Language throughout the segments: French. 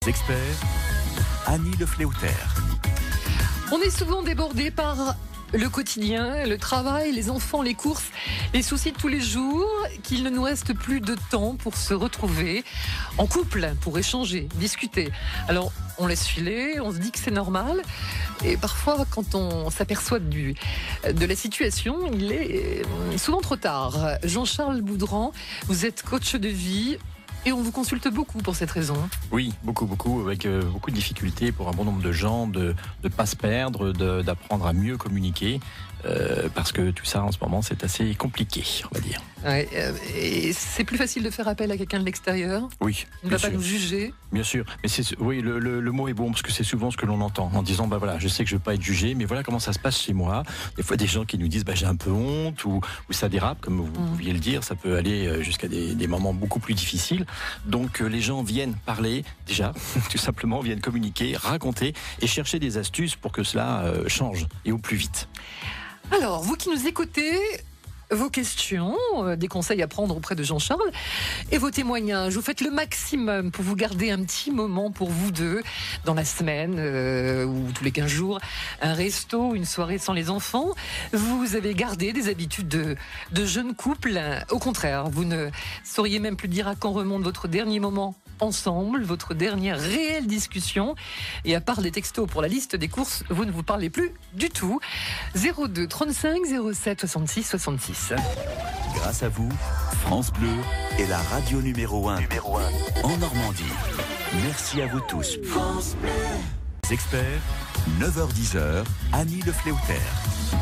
experts, Annie Le Fléautaire. On est souvent débordé par le quotidien, le travail, les enfants, les courses, les soucis de tous les jours, qu'il ne nous reste plus de temps pour se retrouver en couple, pour échanger, discuter. Alors, on laisse filer, on se dit que c'est normal. Et parfois, quand on s'aperçoit de la situation, il est souvent trop tard. Jean-Charles Boudran, vous êtes coach de vie. Et on vous consulte beaucoup pour cette raison. Oui, beaucoup, avec beaucoup de difficultés pour un bon nombre de gens de ne pas se perdre, d'apprendre à mieux communiquer, parce que tout ça en ce moment c'est assez compliqué, on va dire. Ouais, et c'est plus facile de faire appel à quelqu'un de l'extérieur. Oui. Il ne va pas nous juger. Bien sûr, mais oui, le mot est bon parce que c'est souvent ce que l'on entend en disant voilà, je sais que je ne vais pas être jugé, mais voilà comment ça se passe chez moi. Des fois, des gens qui nous disent j'ai un peu honte ou ça dérape, comme vous pouviez le dire, ça peut aller jusqu'à des moments beaucoup plus difficiles. Donc les gens viennent parler déjà, tout simplement, viennent communiquer, raconter et chercher des astuces pour que cela change et au plus vite. Alors, vous qui nous écoutez, vos questions, des conseils à prendre auprès de Jean-Charles et vos témoignages. Vous faites le maximum pour vous garder un petit moment pour vous deux dans la semaine ou tous les 15 jours, un resto, une soirée sans les enfants. Vous avez gardé des habitudes de jeunes couples. Au contraire, vous ne sauriez même plus dire à quand remonte votre dernier moment ensemble, votre dernière réelle discussion. Et à part des textos pour la liste des courses, vous ne vous parlez plus du tout. 02 35 07 66 66. Grâce à vous, France Bleu est la radio numéro 1 en Normandie. Merci à vous tous. France Bleu. Les experts, 9h-10h, Annie Le Fléautaire.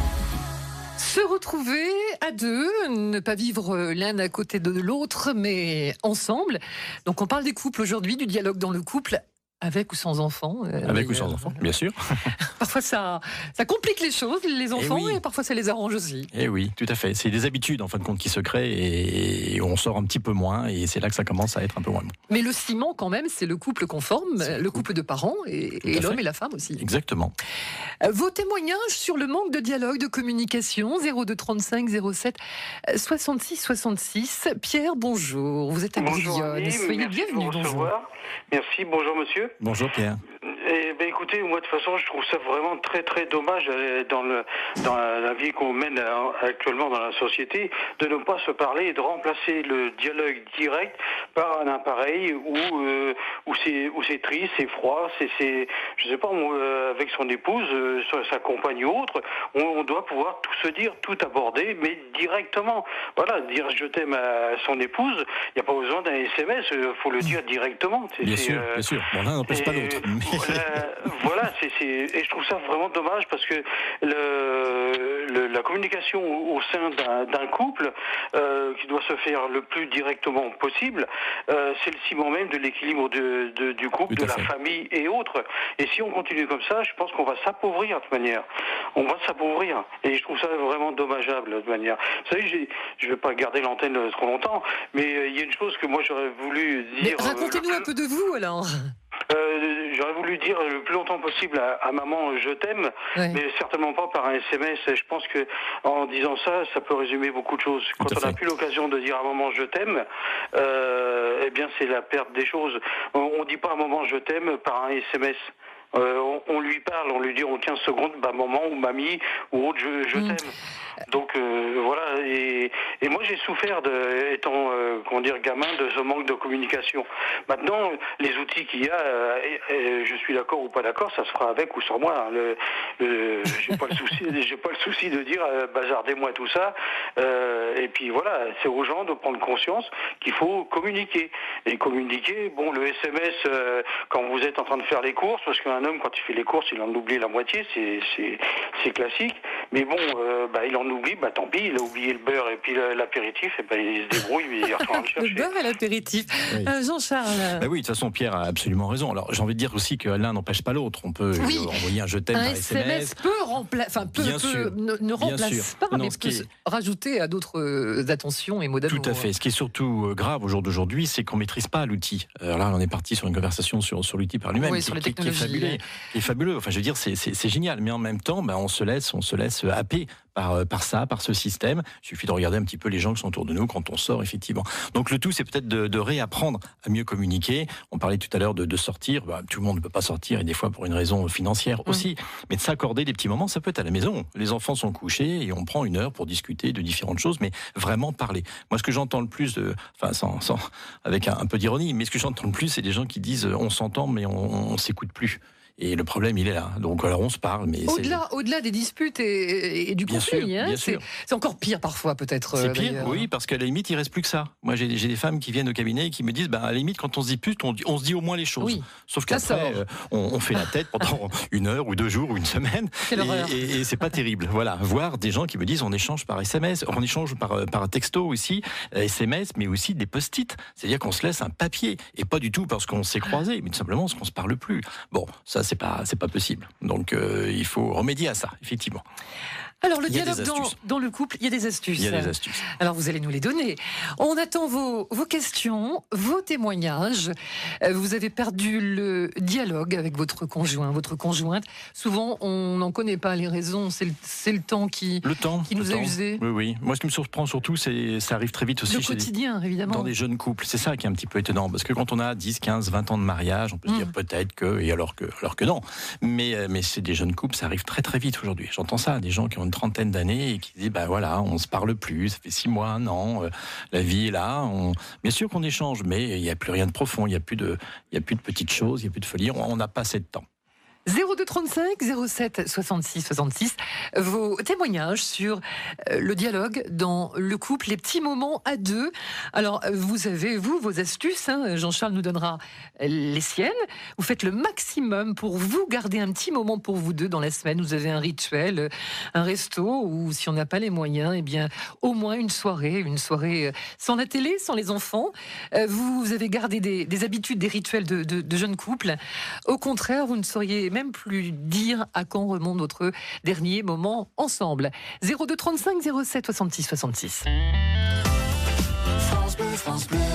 Se retrouver à deux, ne pas vivre l'un à côté de l'autre, mais ensemble. Donc on parle des couples aujourd'hui, du dialogue dans le couple, avec ou sans enfants. Avec ou sans enfants, bien sûr. Parfois ça complique les choses, les enfants, oui. Et parfois ça les arrange aussi. Et oui, tout à fait. C'est des habitudes en fin de compte qui se créent et on sort un petit peu moins et c'est là que ça commence à être un peu moins bon. Mais le ciment quand même, c'est le couple qu'on forme, le couple de parents et l'homme et la femme aussi. Exactement. Vos témoignages sur le manque de dialogue, de communication, 02 35 07 66 66. Pierre, bonjour. Vous êtes à Grillonne. Soyez bienvenue. Bonjour. Merci, bonjour monsieur. Bonjour Pierre. Écoutez, moi de toute façon, je trouve ça vraiment très très dommage dans la vie qu'on mène actuellement dans la société, de ne pas se parler et de remplacer le dialogue direct par un appareil où c'est triste, c'est froid, je sais pas, avec son épouse, sa compagne ou autre, on doit pouvoir tout se dire, tout aborder, mais directement. Voilà, dire je t'aime à son épouse, il n'y a pas besoin d'un SMS, faut le dire directement. Bien sûr. Bon, l'un n'empêche pas l'autre. Voilà, et je trouve ça vraiment dommage parce que la communication au sein d'un couple qui doit se faire le plus directement possible, c'est le ciment même de l'équilibre du couple, de la famille et autres. Et si on continue comme ça, je pense qu'on va s'appauvrir de toute manière. On va s'appauvrir. Et je trouve ça vraiment dommageable de toute manière. Vous savez, je ne vais pas garder l'antenne trop longtemps, mais il y a une chose que moi j'aurais voulu dire. Mais racontez-nous un peu de vous alors. J'aurais voulu dire le plus longtemps possible à maman je t'aime, mais certainement pas par un SMS. Je pense que en disant ça peut résumer beaucoup de choses. Quand on n'a plus l'occasion de dire à maman je t'aime, eh bien c'est la perte des choses. On dit pas à maman je t'aime par un SMS. On lui parle, on lui dit en 15 secondes, maman ou mamie ou autre, je t'aime. Donc voilà, et moi j'ai souffert étant gamin de ce manque de communication. Maintenant, les outils qu'il y a, je suis d'accord ou pas d'accord, ça se fera avec ou sans moi. J'ai pas le souci de dire bazardez-moi tout ça. Et puis voilà, c'est aux gens de prendre conscience qu'il faut communiquer. Et communiquer, bon, le SMS quand vous êtes en train de faire les courses, parce qu'un homme quand il fait les courses, il en oublie la moitié, c'est classique. Mais bon, il en oublie, tant pis, il a oublié le beurre et puis l'apéritif, et il se débrouille, il retourne le chercher. Le beurre et l'apéritif. Oui. Jean-Charles. Oui, de toute façon, Pierre a absolument raison. Alors, j'ai envie de dire aussi que l'un n'empêche pas l'autre. On peut envoyer un je t'aime par SMS. Ne remplace pas, mais peut rajouter à d'autres attentions et mots d'amour. Tout à fait. Ce qui est surtout grave au jour d'aujourd'hui, c'est qu'on ne maîtrise pas l'outil. Alors là, on est parti sur une conversation sur l'outil par lui-même, sur les technologies. Qui est fabuleux. Enfin, je veux dire, c'est génial. Mais en même temps, on se laisse laisse happer par ça, par ce système. Il suffit de regarder un petit peu les gens qui sont autour de nous quand on sort, effectivement. Donc le tout, c'est peut-être de réapprendre à mieux communiquer. On parlait tout à l'heure de sortir. Tout le monde ne peut pas sortir, et des fois pour une raison financière aussi. Mais de s'accorder des petits moments, ça peut être à la maison. Les enfants sont couchés et on prend 1 heure pour discuter de différentes choses, mais vraiment parler. Moi, ce que j'entends le plus, avec un peu d'ironie, mais ce que j'entends le plus, c'est des gens qui disent on s'entend, mais on s'écoute plus. Et le problème, il est là. Donc, alors, on se parle, mais au-delà des disputes et du conflit, bien sûr. C'est encore pire parfois, peut-être. C'est pire, oui, parce qu'à la limite, il reste plus que ça. Moi, j'ai des femmes qui viennent au cabinet et qui me disent, à la limite, quand on se dispute, on se dit au moins les choses. Oui, sauf qu'après, on fait la tête pendant 1 heure ou 2 jours ou 1 semaine. Et c'est pas terrible. Voilà. Voir des gens qui me disent, on échange par SMS, on échange par texto aussi, SMS, mais aussi des post-it. C'est-à-dire qu'on se laisse un papier. Et pas du tout parce qu'on s'est croisés, mais tout simplement parce qu'on se parle plus. Bon, ça, c'est pas possible. Donc, il faut remédier à ça, effectivement. Alors, le dialogue dans le couple, il y a des astuces. Il y a des astuces. Alors, vous allez nous les donner. On attend vos questions, vos témoignages. Vous avez perdu le dialogue avec votre conjoint, votre conjointe. Souvent, on n'en connaît pas les raisons. C'est le temps qui nous a usés. Oui. Moi, ce qui me surprend surtout, c'est ça arrive très vite aussi. Le quotidien, évidemment. Dans des jeunes couples. C'est ça qui est un petit peu étonnant. Parce que quand on a 10, 15, 20 ans de mariage, on peut se dire peut-être que, et alors que non. Mais c'est des jeunes couples, ça arrive très très vite aujourd'hui. J'entends ça, des gens qui ont une trentaine d'années et qui disent on se parle plus, ça fait 6 mois, 1 an, la vie est là. Bien sûr qu'on échange, mais il n'y a plus rien de profond, il n'y a plus de petites choses, il n'y a plus de folie, on n'a pas assez de temps. 0235 07 66 66, vos témoignages sur le dialogue dans le couple, les petits moments à deux. Alors, vous avez, vos astuces, Jean-Charles nous donnera les siennes. Vous faites le maximum pour vous garder un petit moment pour vous deux dans la semaine. Vous avez un rituel, un resto, ou si on n'a pas les moyens, eh bien, au moins une soirée sans la télé, sans les enfants. Vous avez gardé des habitudes, des rituels de jeunes couples. Au contraire, vous ne sauriez même plus dire à quand remonte votre dernier moment ensemble. 0235 07 66 66. France Bleu, France Bleu.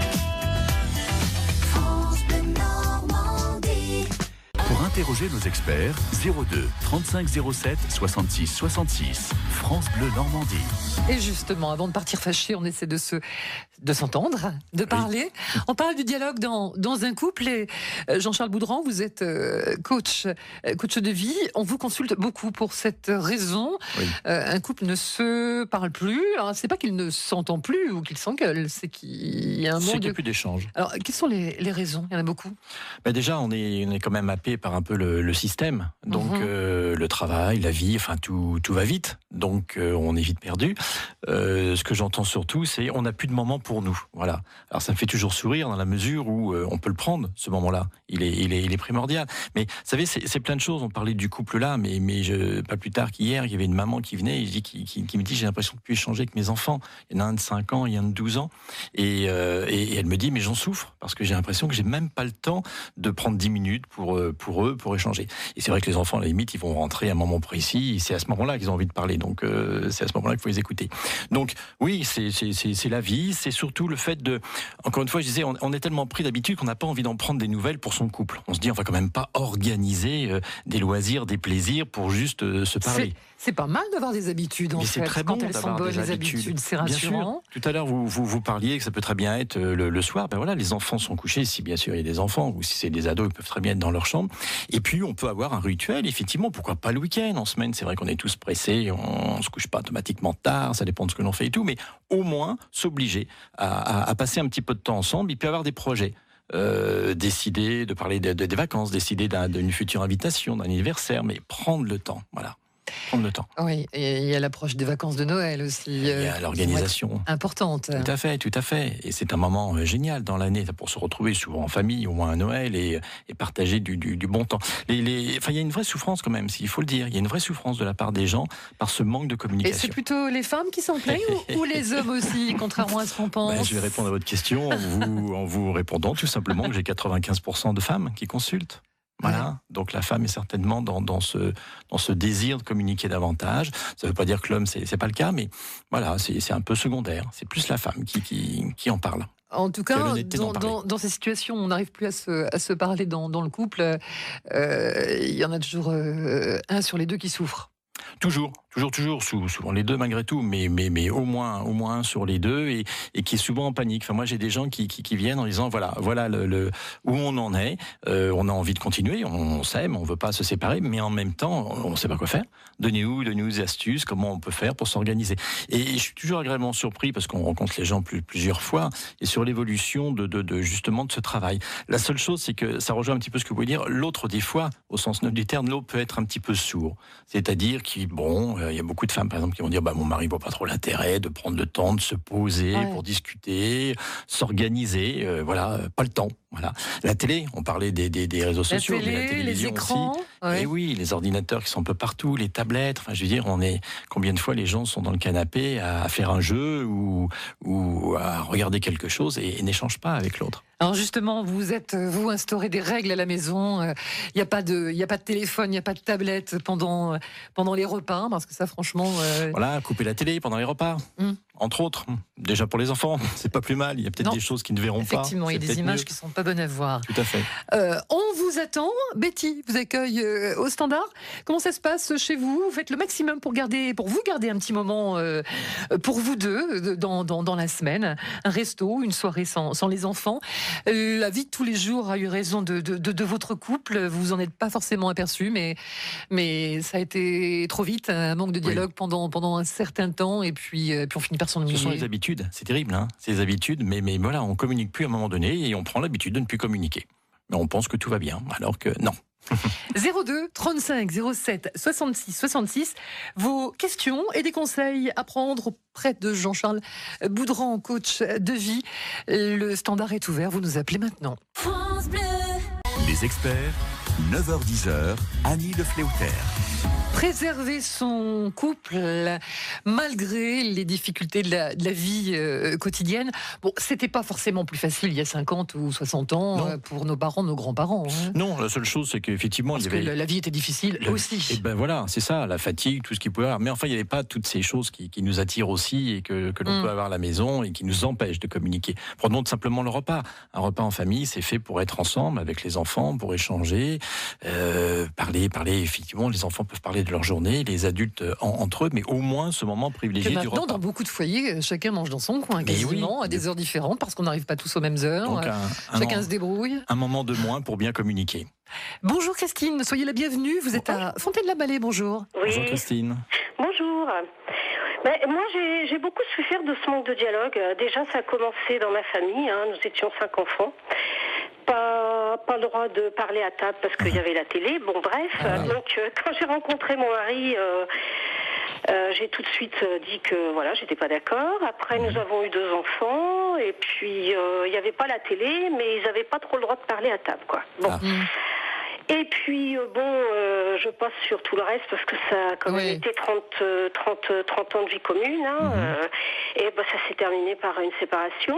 France Bleu Normandie. Pour interroger nos experts, 02 35 07 66 66. France Bleu Normandie. Et justement, avant de partir fâché, on essaie de s'entendre, de parler. Oui. On parle du dialogue dans un couple. Et Jean-Charles Boudran, vous êtes coach de vie. On vous consulte beaucoup pour cette raison. Oui. Un couple ne se parle plus. Alors, c'est pas qu'il ne s'entend plus ou qu'il s'engueule, c'est qu'il y a un manque. C'est qu'il n'y a plus d'échange. Alors, quelles sont les raisons ? Il y en a beaucoup. Déjà, on est quand même happé par un peu le système. Donc, le travail, la vie, tout va vite. Donc, on est vite perdu. Ce que j'entends surtout, c'est on n'a plus de moment pour nous. Voilà. Alors ça me fait toujours sourire dans la mesure où on peut le prendre, ce moment-là. Il est primordial. Mais vous savez, c'est plein de choses. On parlait du couple là, mais pas plus tard qu'hier, il y avait une maman qui venait et qui me dit j'ai l'impression de ne plus échanger avec mes enfants. Il y en a un de 5 ans, il y en a un de 12 ans. Et elle me dit mais j'en souffre parce que j'ai l'impression que j'ai même pas le temps de prendre 10 minutes pour eux, pour échanger. Et c'est vrai que les enfants, à la limite, ils vont rentrer à un moment précis. Et c'est à ce moment-là qu'ils ont envie de parler. Donc c'est à ce moment-là qu'il faut les écouter. Donc oui, c'est la vie, c'est surtout le fait de... Encore une fois, je disais, on est tellement pris d'habitude qu'on n'a pas envie d'en prendre des nouvelles pour son couple. On se dit, on va quand même pas organiser des loisirs, des plaisirs pour juste se parler. C'est pas mal d'avoir des habitudes, en fait. C'est très bon quand elles sont bonnes, les habitudes, c'est rassurant. Bien sûr. Tout à l'heure, vous parliez que ça peut très bien être le soir. Les enfants sont couchés, si bien sûr il y a des enfants, ou si c'est des ados, ils peuvent très bien être dans leur chambre. Et puis, on peut avoir un rituel, effectivement, pourquoi pas le week-end, en semaine. C'est vrai qu'on est tous pressés, on se couche pas automatiquement tard, ça dépend de ce que l'on fait et tout, mais au moins s'obliger à passer un petit peu de temps ensemble et puis avoir des projets. Décider de parler des vacances, décider d'une future invitation, d'un anniversaire, mais prendre le temps, voilà. Prendre le temps. Oui, et il y a l'approche des vacances de Noël aussi. Il y a l'organisation. Importante. Tout à fait. Et c'est un moment génial dans l'année pour se retrouver souvent en famille, au moins à Noël, et partager du bon temps. Il y a une vraie souffrance quand même, il faut le dire. Il y a une vraie souffrance de la part des gens par ce manque de communication. Et c'est plutôt les femmes qui s'en plaignent ou les hommes aussi, contrairement à ce qu'on pense? Je vais répondre à votre question en vous répondant tout simplement que j'ai 95% de femmes qui consultent. Voilà, donc la femme est certainement dans ce désir de communiquer davantage. Ça ne veut pas dire que l'homme, c'est pas le cas, mais voilà, c'est un peu secondaire. C'est plus la femme qui en parle. En tout cas, dans ces situations où on n'arrive plus à se parler dans le couple, il y en a toujours un sur les deux qui souffre. Toujours. Toujours, souvent les deux malgré tout, mais au moins un sur les deux et qui est souvent en panique. Enfin, moi, j'ai des gens qui viennent en disant voilà où on en est. On a envie de continuer, on s'aime, on veut pas se séparer, mais en même temps, on sait pas quoi faire. Donnez-nous des astuces, comment on peut faire pour s'organiser. Et je suis toujours agréablement surpris parce qu'on rencontre les gens plusieurs fois et sur l'évolution de justement de ce travail. La seule chose, c'est que ça rejoint un petit peu ce que vous voulez dire. L'autre, des fois, au sens noble du terme, l'autre peut être un petit peu sourd. C'est-à-dire il y a beaucoup de femmes, par exemple, qui vont dire mon mari voit pas trop l'intérêt de prendre le temps de se poser pour discuter, s'organiser. Pas le temps. Voilà. La télé, on parlait des réseaux sociaux, mais la télévision les écrans, aussi. Et oui, les ordinateurs qui sont un peu partout, les tablettes. Enfin, je veux dire, combien de fois les gens sont dans le canapé à faire un jeu ou à regarder quelque chose et n'échangent pas avec l'autre. Alors justement, vous instaurez des règles à la maison. Il n'y a pas de téléphone, il n'y a pas de tablette pendant les repas, parce que ça, franchement. Voilà, couper la télé pendant les repas, entre autres. Déjà pour les enfants, c'est pas plus mal. Il y a peut-être des choses qu'ils ne verront pas. Effectivement, il y a des images qui sont pas bonnes à voir. Tout à fait. On vous attend. Betty vous accueille au standard. Comment ça se passe chez vous? Vous faites le maximum pour vous garder un petit moment pour vous deux dans la semaine. Un resto, une soirée sans les enfants. La vie de tous les jours a eu raison de votre couple. Vous vous en êtes pas forcément aperçu, mais ça a été trop vite, un manque de dialogue pendant un certain temps, et puis on finit par s'ennuyer. Ce sont les habitudes, c'est terrible, c'est les habitudes, mais voilà, on communique plus à un moment donné et on prend l'habitude de ne plus communiquer. Mais on pense que tout va bien, alors que non. 02 35 07 66 66. Vos questions et des conseils à prendre auprès de Jean-Charles Boudran, coach de vie. Le standard est ouvert, vous nous appelez maintenant. France Bleu. Les experts, 9h-10h, Annie Le Fléautaire. Préserver son couple malgré les difficultés de la vie quotidienne. Bon, c'était pas forcément plus facile il y a 50 ou 60 ans pour nos parents, nos grands-parents. Non, la seule chose, c'est qu'effectivement... Parce que la vie était difficile aussi. Et ben voilà, c'est ça, la fatigue, tout ce qu'il pouvait avoir. Mais enfin, il n'y avait pas toutes ces choses qui nous attirent aussi et que l'on peut avoir à la maison et qui nous empêchent de communiquer. Prenons tout simplement le repas. Un repas en famille, c'est fait pour être ensemble avec les enfants, pour échanger, parler. Effectivement, les enfants peuvent parler de leur journée, les adultes entre eux, mais au moins ce moment privilégié du repas. Maintenant, dans beaucoup de foyers, chacun mange dans son coin, quasiment, à des heures différentes, parce qu'on n'arrive pas tous aux mêmes heures. Donc chacun se débrouille. Un moment de moins pour bien communiquer. Bonjour Christine, soyez la bienvenue. Vous êtes à Fontaine-la-Vallée, bonjour. Oui. Bonjour Christine. Bonjour. Moi, j'ai beaucoup souffert de ce manque de dialogue. Déjà, ça a commencé dans ma famille. Nous étions 5 enfants. Pas le droit de parler à table parce qu'il y avait la télé. Bon, bref. Donc, quand j'ai rencontré mon mari, j'ai tout de suite dit que voilà, j'étais pas d'accord. Après, nous avons eu 2 enfants. Et puis, il n'y avait pas la télé, mais ils n'avaient pas trop le droit de parler à table, quoi. Bon. Et puis, je passe sur tout le reste parce que ça a quand même été 30 ans de vie commune. Et ça s'est terminé par une séparation.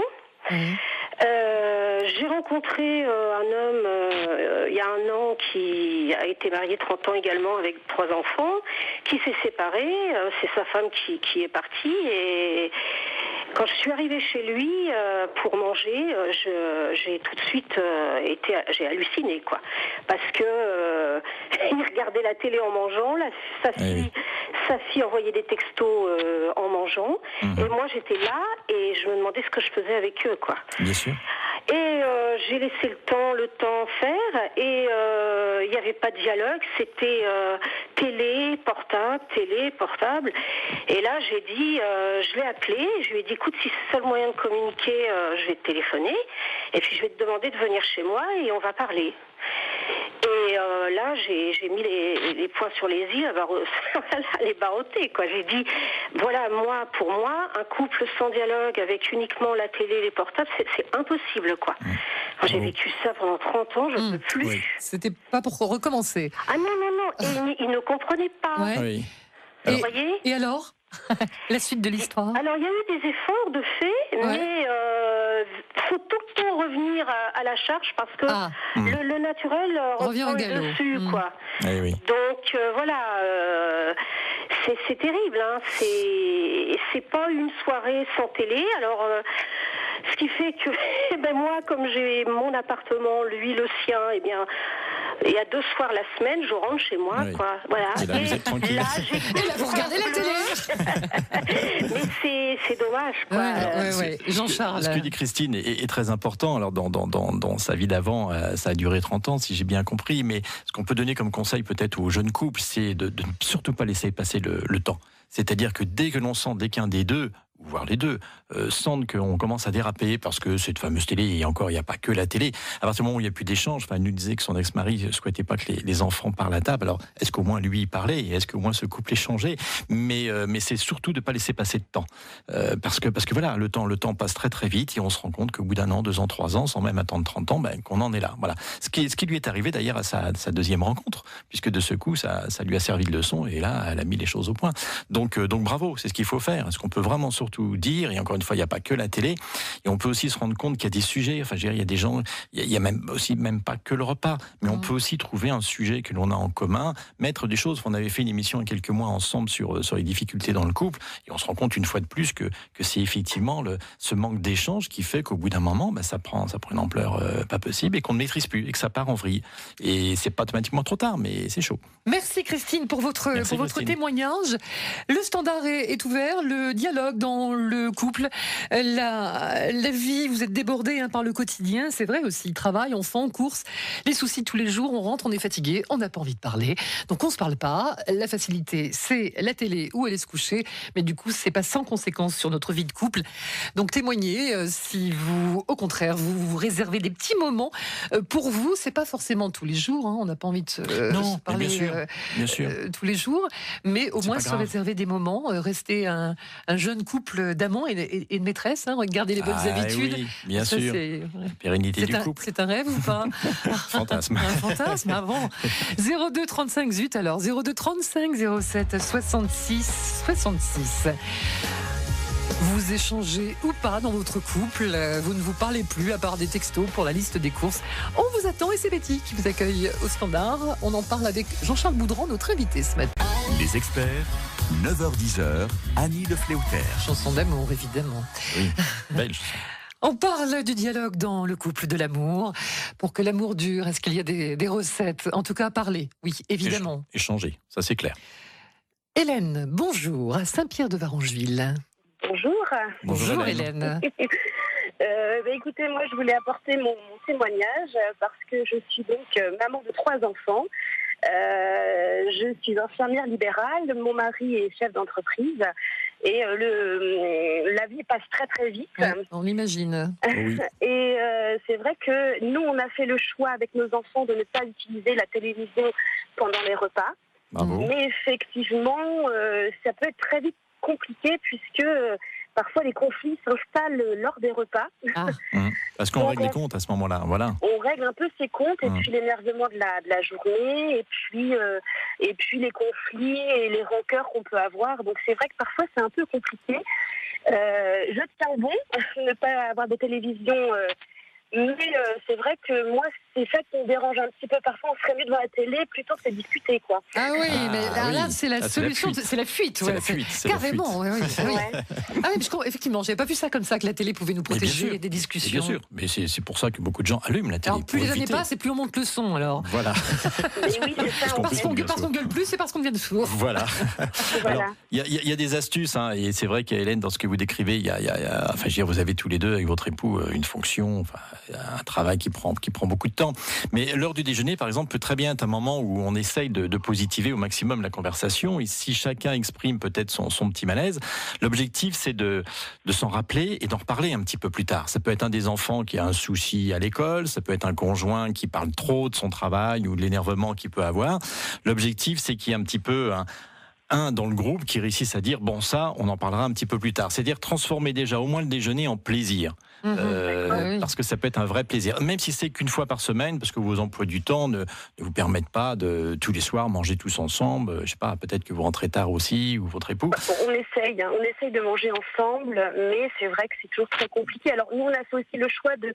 J'ai rencontré un homme il y a 1 an qui a été marié 30 ans également avec 3 enfants, qui s'est séparé. C'est sa femme qui est partie et quand je suis arrivée chez lui pour manger, j'ai tout de suite j'ai halluciné, quoi, parce que il regardait la télé en mangeant, sa fille envoyait des textos en mangeant, et moi j'étais là et je me demandais ce que je faisais avec eux, quoi. Bien sûr. Et j'ai laissé le temps faire, et il n'y avait pas de dialogue, c'était télé, portable. Et là, j'ai dit, je l'ai appelé, je lui ai dit, écoute, si c'est le seul moyen de communiquer, je vais te téléphoner, et puis je vais te demander de venir chez moi et on va parler. Et là, j'ai mis les points sur les i, les barottés, quoi. J'ai dit, voilà, pour moi, un couple sans dialogue avec uniquement la télé et les portables, c'est impossible, quoi. J'ai vécu ça pendant 30 ans, je ne peux plus. Oui. C'était pas pour recommencer. Ah non. Et il ne comprenait pas. Ouais. Oui. Vous voyez ? Et alors la suite de l'histoire? Alors, il y a eu des efforts de fait, mais faut tout le temps revenir à la charge parce que le naturel revient au galop dessus, quoi. Oui. Donc, voilà, c'est terrible, c'est pas une soirée sans télé. Alors, ce qui fait que, moi, comme j'ai mon appartement, lui le sien, Et à 2 soirs la semaine, je rentre chez moi, quoi. Voilà. Et là, vous êtes tranquille. Et là, vous regardez la télé. Mais c'est dommage, quoi. Ouais. Jean-Charles. Ce que dit Christine est très important. Alors, dans sa vie d'avant, ça a duré 30 ans, si j'ai bien compris. Mais ce qu'on peut donner comme conseil peut-être aux jeunes couples, c'est de ne surtout pas laisser passer le temps. C'est-à-dire que dès qu'un des deux, voire les deux, sentent qu'on commence à déraper parce que cette fameuse télé, et encore, il n'y a pas que la télé. À partir du moment où il n'y a plus d'échange, elle nous disait que son ex-mari ne souhaitait pas que les enfants parlent à table. Alors, est-ce qu'au moins lui, il parlait? Et est-ce qu'au moins ce couple échangeait? Mais c'est surtout de ne pas laisser passer de temps. Parce que voilà, le temps passe très très vite et on se rend compte qu'au bout d'1 an, 2 ans, 3 ans, sans même attendre 30 ans, qu'on en est là. Voilà. Ce qui lui est arrivé d'ailleurs à sa deuxième rencontre, puisque de ce coup, ça lui a servi de leçon et là, elle a mis les choses au point. Donc bravo, c'est ce qu'il faut faire. Ce qu'on peut vraiment surtout dire, et encore une fois, il n'y a pas que la télé, et on peut aussi se rendre compte qu'il y a des sujets, enfin, je veux dire, il y a des gens, il y a même pas que le repas, mais on peut aussi trouver un sujet que l'on a en commun, mettre des choses. On avait fait une émission il y a quelques mois ensemble sur les difficultés dans le couple, et on se rend compte une fois de plus que c'est effectivement ce manque d'échange qui fait qu'au bout d'un moment, ça prend une ampleur pas possible, et qu'on ne maîtrise plus, et que ça part en vrille. Et c'est pas automatiquement trop tard, mais c'est chaud. Merci Christine pour votre témoignage. Le standard est ouvert, le dialogue dans le couple, la vie, vous êtes débordés par le quotidien, c'est vrai aussi, travail, enfants, courses, les soucis de tous les jours, on rentre, on est fatigué, on n'a pas envie de parler, donc on se parle pas. La facilité, c'est la télé ou aller se coucher, mais du coup, c'est pas sans conséquence sur notre vie de couple. Donc témoignez si vous, au contraire, vous réservez des petits moments pour vous, c'est pas forcément tous les jours, on n'a pas envie de se parler bien sûr. tous les jours, mais au moins se réserver des moments, rester un jeune couple d'amants et de maîtresse, garder les bonnes habitudes. Oui, bien sûr. La pérennité du couple. C'est un rêve ou pas? Fantasme. Un fantasme avant. 02 35 zut alors 02 35 07 66 66. Vous échangez ou pas dans votre couple, vous ne vous parlez plus à part des textos pour la liste des courses. On vous attend et c'est Betty qui vous accueille au standard. On en parle avec Jean-Charles Boudran, notre invité ce matin. Les experts, 9h-10h, Annie Le Fléautaire. Chanson d'amour, évidemment. Oui, belle. On parle du dialogue dans le couple, de l'amour. Pour que l'amour dure, est-ce qu'il y a des recettes? En tout cas, parler, oui, évidemment. Échanger, ça c'est clair. Hélène, bonjour, à Saint-Pierre-de-Varengeville. Bonjour. Bonjour Hélène. Écoutez, moi je voulais apporter mon témoignage parce que je suis donc maman de 3 enfants. Je suis infirmière libérale, mon mari est chef d'entreprise et la vie passe très très vite. Ouais, on l'imagine. Oui. Et c'est vrai que nous on a fait le choix avec nos enfants de ne pas utiliser la télévision pendant les repas. Bravo. Mais effectivement, ça peut être très vite compliqué puisque parfois les conflits s'installent lors des repas. Parce qu'on règle les comptes à ce moment-là, voilà. On règle un peu ses comptes et puis l'énervement de la journée et puis les conflits et les rancœurs qu'on peut avoir. Donc c'est vrai que parfois c'est un peu compliqué. Je tiens bon ne pas avoir de télévision. Mais c'est vrai que moi, c'est ça qui me dérange un petit peu. Parfois, on serait mieux devant la télé plutôt que de discuter, quoi. Ah oui, mais là, c'est la solution, c'est la fuite. C'est la fuite. Carrément, Ouais. Ah oui, effectivement, j'avais pas vu ça comme ça, que la télé pouvait nous protéger des discussions. Bien sûr, mais c'est pour ça que beaucoup de gens allument la télé. Alors, plus les années passent et plus on monte le son, alors. Voilà. Mais oui, c'est ça. Parce qu'on gueule plus, c'est parce qu'on devient sourd. Voilà. Voilà. Il y a des astuces, et c'est vrai qu'Hélène, dans ce que vous décrivez, enfin, je veux dire, vous avez tous les deux avec votre époux une fonction, un travail qui prend beaucoup de temps. Mais l'heure du déjeuner, par exemple, peut très bien être un moment où on essaye de positiver au maximum la conversation. Et si chacun exprime peut-être son petit malaise, l'objectif, c'est de s'en rappeler et d'en reparler un petit peu plus tard. Ça peut être un des enfants qui a un souci à l'école, ça peut être un conjoint qui parle trop de son travail ou de l'énervement qu'il peut avoir. L'objectif, c'est qu'il y ait un petit peu un dans le groupe qui réussisse à dire « bon, ça, on en parlera un petit peu plus tard ». C'est-à-dire transformer déjà au moins le déjeuner en plaisir. Parce que ça peut être un vrai plaisir. Même si c'est qu'une fois par semaine, parce que vos emplois du temps ne vous permettent pas de tous les soirs manger tous ensemble. Je sais pas, peut-être que vous rentrez tard aussi, ou votre époux. On essaye de manger ensemble, mais c'est vrai que c'est toujours très compliqué. Alors nous, on a fait aussi le choix de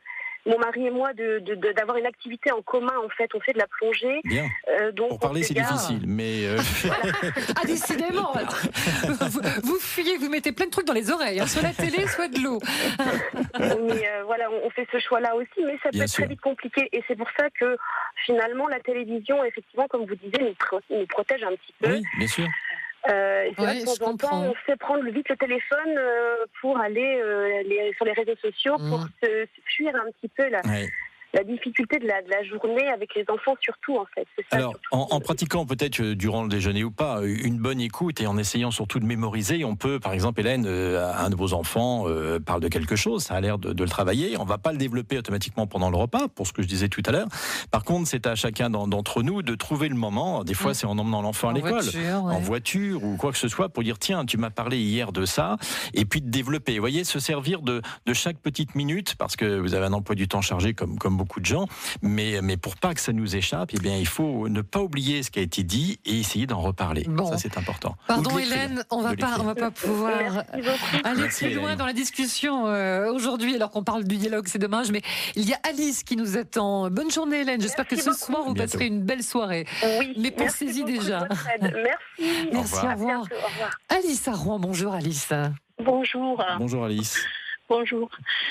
mon mari et moi d'avoir une activité en commun. En fait, on fait de la plongée. Bien. Donc pour parler, c'est difficile, mais Ah, décidément. Alors. Vous fuyez, vous mettez plein de trucs dans les oreilles, soit la télé, soit de l'eau. Mais voilà, on fait ce choix-là aussi, mais ça peut être très vite compliqué. Et c'est pour ça que finalement, la télévision, effectivement, comme vous disiez, nous protège un petit peu. Oui, bien sûr. C'est vrai que de temps en temps, on fait prendre vite le téléphone pour aller sur les réseaux sociaux, pour se fuir un petit peu la difficulté de la journée avec les enfants surtout en fait. C'est ça, alors en pratiquant peut-être durant le déjeuner ou pas une bonne écoute et en essayant surtout de mémoriser, on peut par exemple Hélène, un de vos enfants parle de quelque chose, ça a l'air de le travailler, on va pas le développer automatiquement pendant le repas pour ce que je disais tout à l'heure. Par contre c'est à chacun d'entre nous de trouver le moment, des fois c'est en emmenant l'enfant à l'école, en voiture ou quoi que ce soit pour dire tiens tu m'as parlé hier de ça et puis de développer, vous voyez, se servir de chaque petite minute parce que vous avez un emploi du temps chargé comme beaucoup de gens, mais pour pas que ça nous échappe, eh bien il faut ne pas oublier ce qui a été dit et essayer d'en reparler. Bon. Ça c'est important. Pardon Hélène, on va pas pouvoir aller plus loin dans la discussion aujourd'hui alors qu'on parle du dialogue, c'est dommage, mais il y a Alice qui nous attend. Bonne journée Hélène, j'espère que ce soir vous passerez une belle soirée. Oui, mais pensez-y déjà. Merci. Merci, au revoir. Au revoir. Alice à Rouen, bonjour Alice. Bonjour. Bonjour Alice. Bonjour.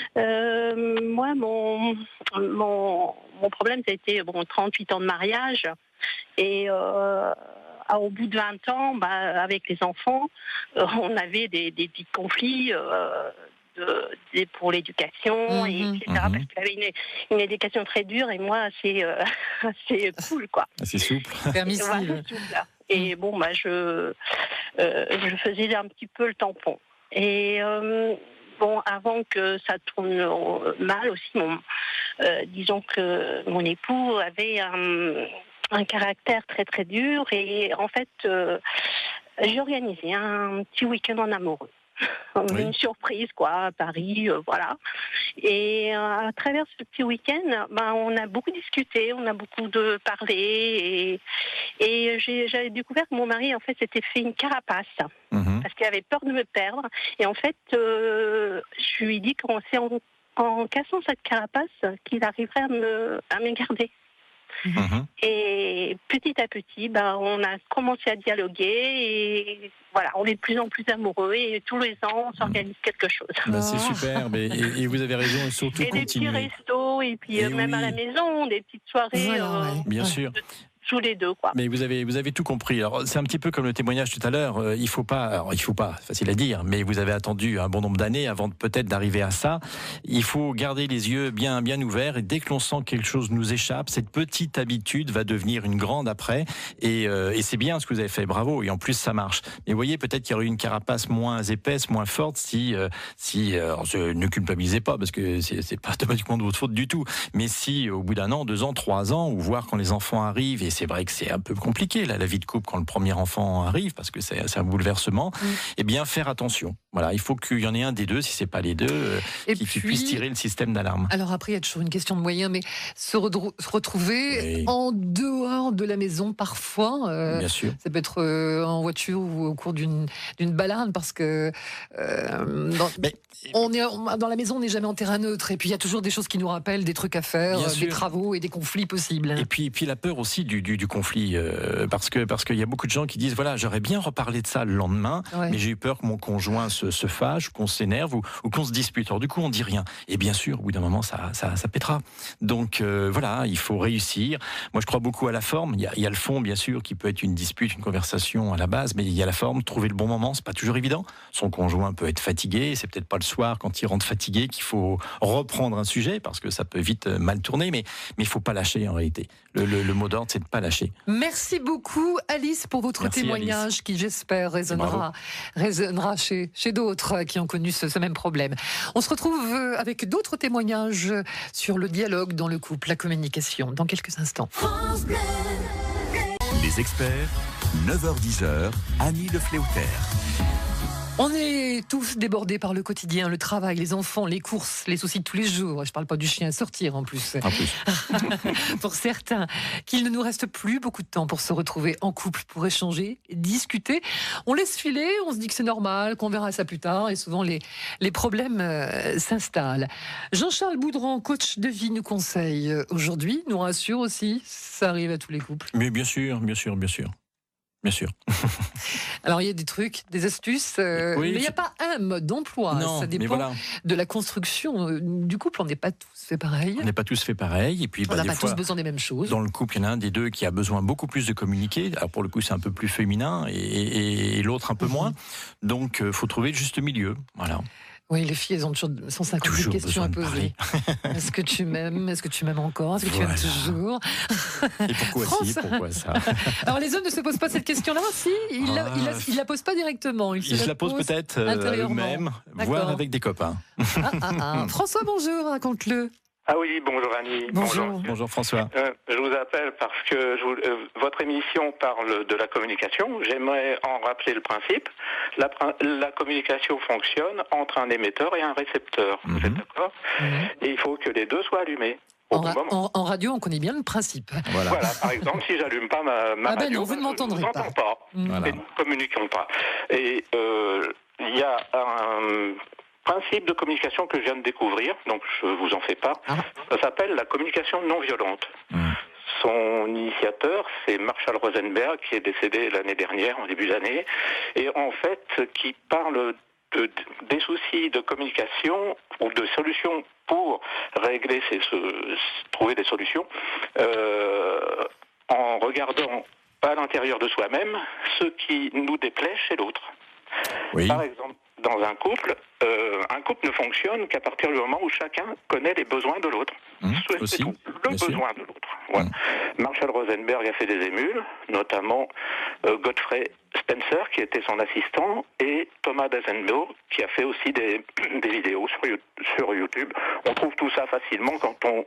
Moi, mon problème, ça a été 38 ans de mariage. Et au bout de 20 ans, avec les enfants, on avait des petits conflits pour l'éducation, etc. Parce qu'il avait une éducation très dure et moi, c'est cool, quoi. C'est souple. Permissive. Et bon, je faisais un petit peu le tampon. Et... avant que ça tourne mal aussi, disons que mon époux avait un caractère très très dur et en fait, j'ai organisé un petit week-end en amoureux. Une surprise à Paris, voilà. Et à travers ce petit week-end, on a beaucoup discuté, on a beaucoup parlé et j'avais découvert que mon mari en fait s'était fait une carapace parce qu'il avait peur de me perdre. Et en fait, je lui ai dit c'est en cassant cette carapace qu'il arriverait à me garder. Et petit à petit, on a commencé à dialoguer et voilà, on est de plus en plus amoureux et tous les ans, on s'organise quelque chose. C'est superbe et vous avez raison, et surtout et continuer. Des petits restos et puis même à la maison, des petites soirées. Bien sûr. Tous les deux, quoi. Mais vous avez tout compris. Alors c'est un petit peu comme le témoignage tout à l'heure. Il faut pas, facile à dire, mais vous avez attendu un bon nombre d'années avant peut-être d'arriver à ça. Il faut garder les yeux bien ouverts et dès que l'on sent que quelque chose nous échappe, cette petite habitude va devenir une grande après. Et c'est bien ce que vous avez fait, bravo. Et en plus ça marche. Mais vous voyez, peut-être qu'il y aurait eu une carapace moins épaisse, moins forte si ne culpabilisez pas parce que c'est pas automatiquement de votre faute du tout. Mais si au bout d'un an, 2 ans, 3 ans, ou voir quand les enfants arrivent et c'est vrai que c'est un peu compliqué la vie de couple quand le premier enfant arrive parce que c'est un bouleversement. Eh bien faire attention. Voilà, il faut qu'il y en ait un des deux, si c'est pas les deux, qui puisse tirer le système d'alarme. Alors après, il y a toujours une question de moyens, mais se retrouver en dehors de la maison parfois. Bien sûr. Ça peut être en voiture ou au cours d'une balade parce que dans la maison, on n'est jamais en terrain neutre et puis il y a toujours des choses qui nous rappellent des trucs à faire, des travaux et des conflits possibles. Et puis la peur aussi du conflit parce qu'il y a beaucoup de gens qui disent voilà, j'aurais bien reparlé de ça le lendemain, mais j'ai eu peur que mon conjoint se fâche, qu'on s'énerve ou qu'on se dispute. Alors du coup, on dit rien. Et bien sûr, au bout d'un moment, ça pètera. Donc voilà, il faut réussir. Moi, je crois beaucoup à la forme. Il y a le fond, bien sûr, qui peut être une dispute, une conversation à la base, mais il y a la forme. Trouver le bon moment, c'est pas toujours évident. Son conjoint peut être fatigué. C'est peut-être pas le soir quand il rentre fatigué qu'il faut reprendre un sujet parce que ça peut vite mal tourner. Mais il faut pas lâcher en réalité. Le mot d'ordre, c'est de pas lâcher. Merci beaucoup Alice pour votre témoignage Alice. Qui j'espère résonnera chez d'autres qui ont connu ce même problème. On se retrouve avec d'autres témoignages sur le dialogue dans le couple, la communication, dans quelques instants. Les experts, 9h-10h, Annie Le Fléautaire. On est tous débordés par le quotidien, le travail, les enfants, les courses, les soucis de tous les jours. Je ne parle pas du chien à sortir en plus. Pour certains, qu'il ne nous reste plus beaucoup de temps pour se retrouver en couple, pour échanger, discuter. On laisse filer, on se dit que c'est normal, qu'on verra ça plus tard et souvent les problèmes s'installent. Jean-Charles Boudran, coach de vie, nous conseille aujourd'hui, nous rassure aussi, ça arrive à tous les couples. Mais bien sûr. Bien sûr. Alors, il y a des trucs, des astuces, mais il n'y a pas un mode d'emploi. Non, ça dépend de la construction du couple. On n'est pas tous fait pareil. On n'est pas tous fait pareil. Et puis, on n'a pas tous besoin des mêmes choses. Dans le couple, il y en a un des deux qui a besoin beaucoup plus de communiquer. Alors, pour le coup, c'est un peu plus féminin et l'autre un peu moins. Donc, il faut trouver le juste milieu. Voilà. Oui, les filles, elles ont toujours 150 000 questions à poser. Est-ce que tu m'aimes? Est-ce que tu m'aimes encore? Est-ce que tu m'aimes toujours? Et pourquoi ça? Alors, les hommes ne se posent pas cette question-là. Si, ils la posent pas directement. Ils se la posent peut-être eux-mêmes, voire avec des copains. François, bonjour, raconte-le. Ah oui, bonjour Annie. Bonjour François. Je vous appelle parce que votre émission parle de la communication. J'aimerais en rappeler le principe. La communication fonctionne entre un émetteur et un récepteur. Vous êtes d'accord? Et il faut que les deux soient allumés. En radio, on connaît bien le principe. Voilà, par exemple, si j'allume pas ma radio, non, vous ne m'entendrez pas. Et nous ne communiquons pas. Et il y a un principe de communication que je viens de découvrir, donc je vous en fais part. Ça s'appelle la communication non violente. Son initiateur, c'est Marshall Rosenberg, qui est décédé l'année dernière, en début d'année, et en fait, qui parle des soucis de communication ou de solutions pour régler trouver des solutions en regardant à l'intérieur de soi-même ce qui nous déplaît chez l'autre. Oui. Par exemple, dans un couple ne fonctionne qu'à partir du moment où chacun connaît les besoins de l'autre. C'est tout. Le besoin de l'autre. Voilà. Marshall Rosenberg a fait des émules, notamment Godfrey Spencer, qui était son assistant, et Thomas Dasenbaugh, qui a fait aussi des vidéos sur YouTube. On trouve tout ça facilement quand on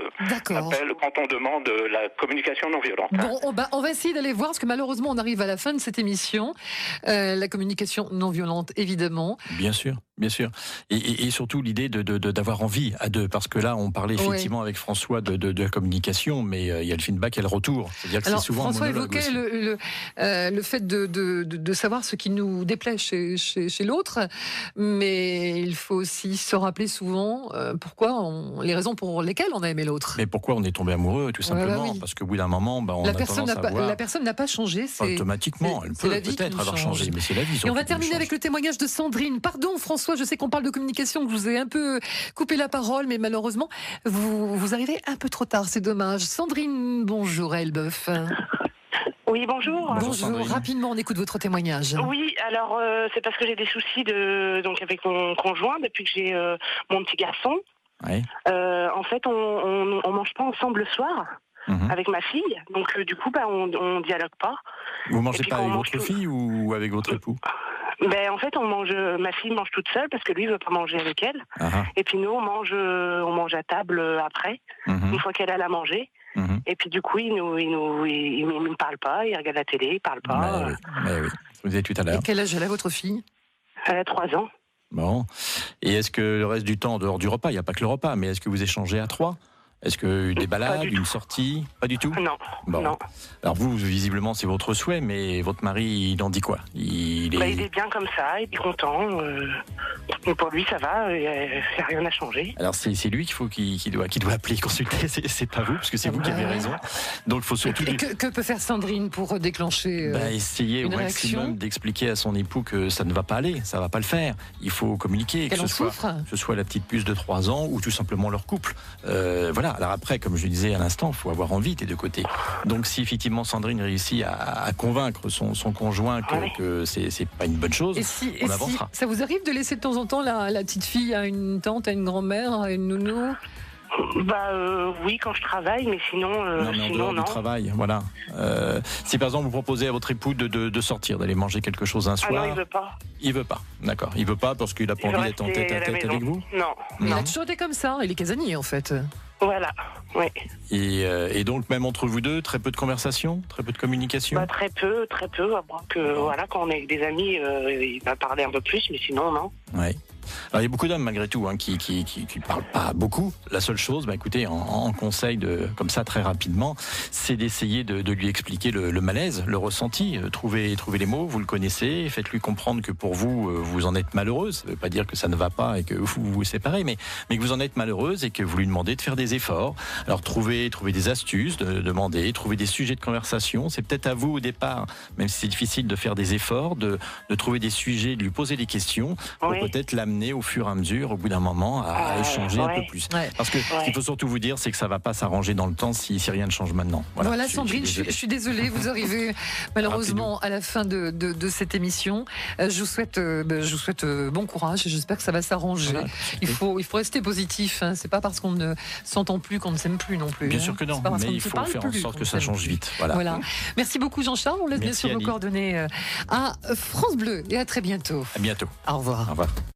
demande la communication non violente. Bon, on va essayer d'aller voir, parce que malheureusement, on arrive à la fin de cette émission. La communication non violente, évidemment. Bien sûr. Et surtout l'idée d'avoir envie à deux, parce que là, on parlait effectivement avec François de la communication, mais il y a le feedback et le retour. C'est-à-dire que c'est souvent François évoquait le fait de savoir ce qui nous déplaît chez l'autre, mais il faut aussi se rappeler souvent les raisons pour lesquelles on a aimé l'autre. Mais pourquoi on est tombé amoureux, tout simplement, parce qu'au bout d'un moment, la personne n'a pas changé. Automatiquement, elle peut peut-être avoir changé, mais c'est la vie. Et on va terminer avec le témoignage de Sandrine. Pardon François, je sais qu'on parle de communication, que je vous ai un peu coupé la parole, mais malheureusement, vous arrivez un peu trop tard, c'est dommage. Sandrine, bonjour Elbeuf. Oui, bonjour. Bonjour, rapidement, on écoute votre témoignage. Oui, alors c'est parce que j'ai des soucis avec mon conjoint depuis que j'ai mon petit garçon. Oui. En fait, on mange pas ensemble le soir. Avec ma fille, donc du coup on dialogue pas. Vous mangez pas avec votre fille ou avec votre époux? En fait ma fille mange toute seule parce que lui veut pas manger avec elle. Et puis nous on mange à table après, une fois qu'elle a mangé. Et puis du coup il ne parle pas, il regarde la télé, il parle pas. Mais oui. Vous disiez tout à l'heure. Et quel âge elle a votre fille? Elle a 3 ans. Bon. Et est-ce que le reste du temps, en dehors du repas, il n'y a pas que le repas, mais est-ce que vous échangez à 3? Est-ce que des balades, une sortie? Pas du tout? Non. Bon. Non. Alors vous, visiblement, c'est votre souhait, mais votre mari, il en dit quoi? Il est bien comme ça, il est content. Et pour lui, ça va, il n'y a rien à changer. Alors c'est lui qui doit appeler, consulter, c'est pas vous, parce que c'est vous qui avez raison. Donc il faut surtout... Et que peut faire Sandrine pour déclencher essayer au maximum d'expliquer à son époux que ça ne va pas aller, ça va pas le faire. Il faut communiquer, que ce soit la petite puce de 3 ans ou tout simplement leur couple. Voilà. Alors après, comme je le disais à l'instant, il faut avoir envie des deux côtés. Donc si effectivement Sandrine réussit à convaincre son conjoint que c'est pas une bonne chose, on avancera. Ça vous arrive de laisser de temps en temps la petite fille à une tante, à une grand-mère, à une nounou? Oui, quand je travaille, mais sinon non. Du travail, voilà. Si par exemple vous proposez à votre époux de sortir, d'aller manger quelque chose un soir. Non, il veut pas. Il veut pas, d'accord. Il veut pas parce qu'il a pas envie d'être en tête à tête avec vous. Non. Il a toujours été comme ça. Il est casanier en fait. Voilà, oui. Et donc, même entre vous deux, très peu de conversation, très peu de communication? Très peu. Voilà, quand on est avec des amis, il va parler un peu plus, mais sinon, non. Ouais. Alors, il y a beaucoup d'hommes malgré tout qui parlent pas beaucoup. La seule chose, écoutez, en conseil comme ça très rapidement, c'est d'essayer de lui expliquer le malaise, le ressenti, trouver les mots. Vous le connaissez, faites-lui comprendre que pour vous, vous en êtes malheureuse. Ça ne veut pas dire que ça ne va pas et que vous vous séparez, mais que vous en êtes malheureuse et que vous lui demandez de faire des efforts. Alors trouver des astuces, demander, trouver des sujets de conversation. C'est peut-être à vous au départ, même si c'est difficile de faire des efforts, de trouver des sujets, de lui poser des questions pour peut-être l'amener au fur et à mesure, au bout d'un moment, à échanger un peu plus. Parce que ce qu'il faut surtout vous dire, c'est que ça ne va pas s'arranger dans le temps si rien ne change maintenant. Voilà, Sandrine, je suis désolée, vous arrivez malheureusement à la fin de cette émission. Je vous souhaite bon courage et j'espère que ça va s'arranger. Voilà, il faut rester positif. Hein. C'est pas parce qu'on ne s'entend plus qu'on ne s'aime plus non plus. Bien sûr que non, mais il faut faire en sorte que ça change vite. Voilà. Merci beaucoup Jean-Charles. On laisse bien sûr vos coordonnées à France Bleu et à très bientôt. À bientôt. Au revoir. Au revoir.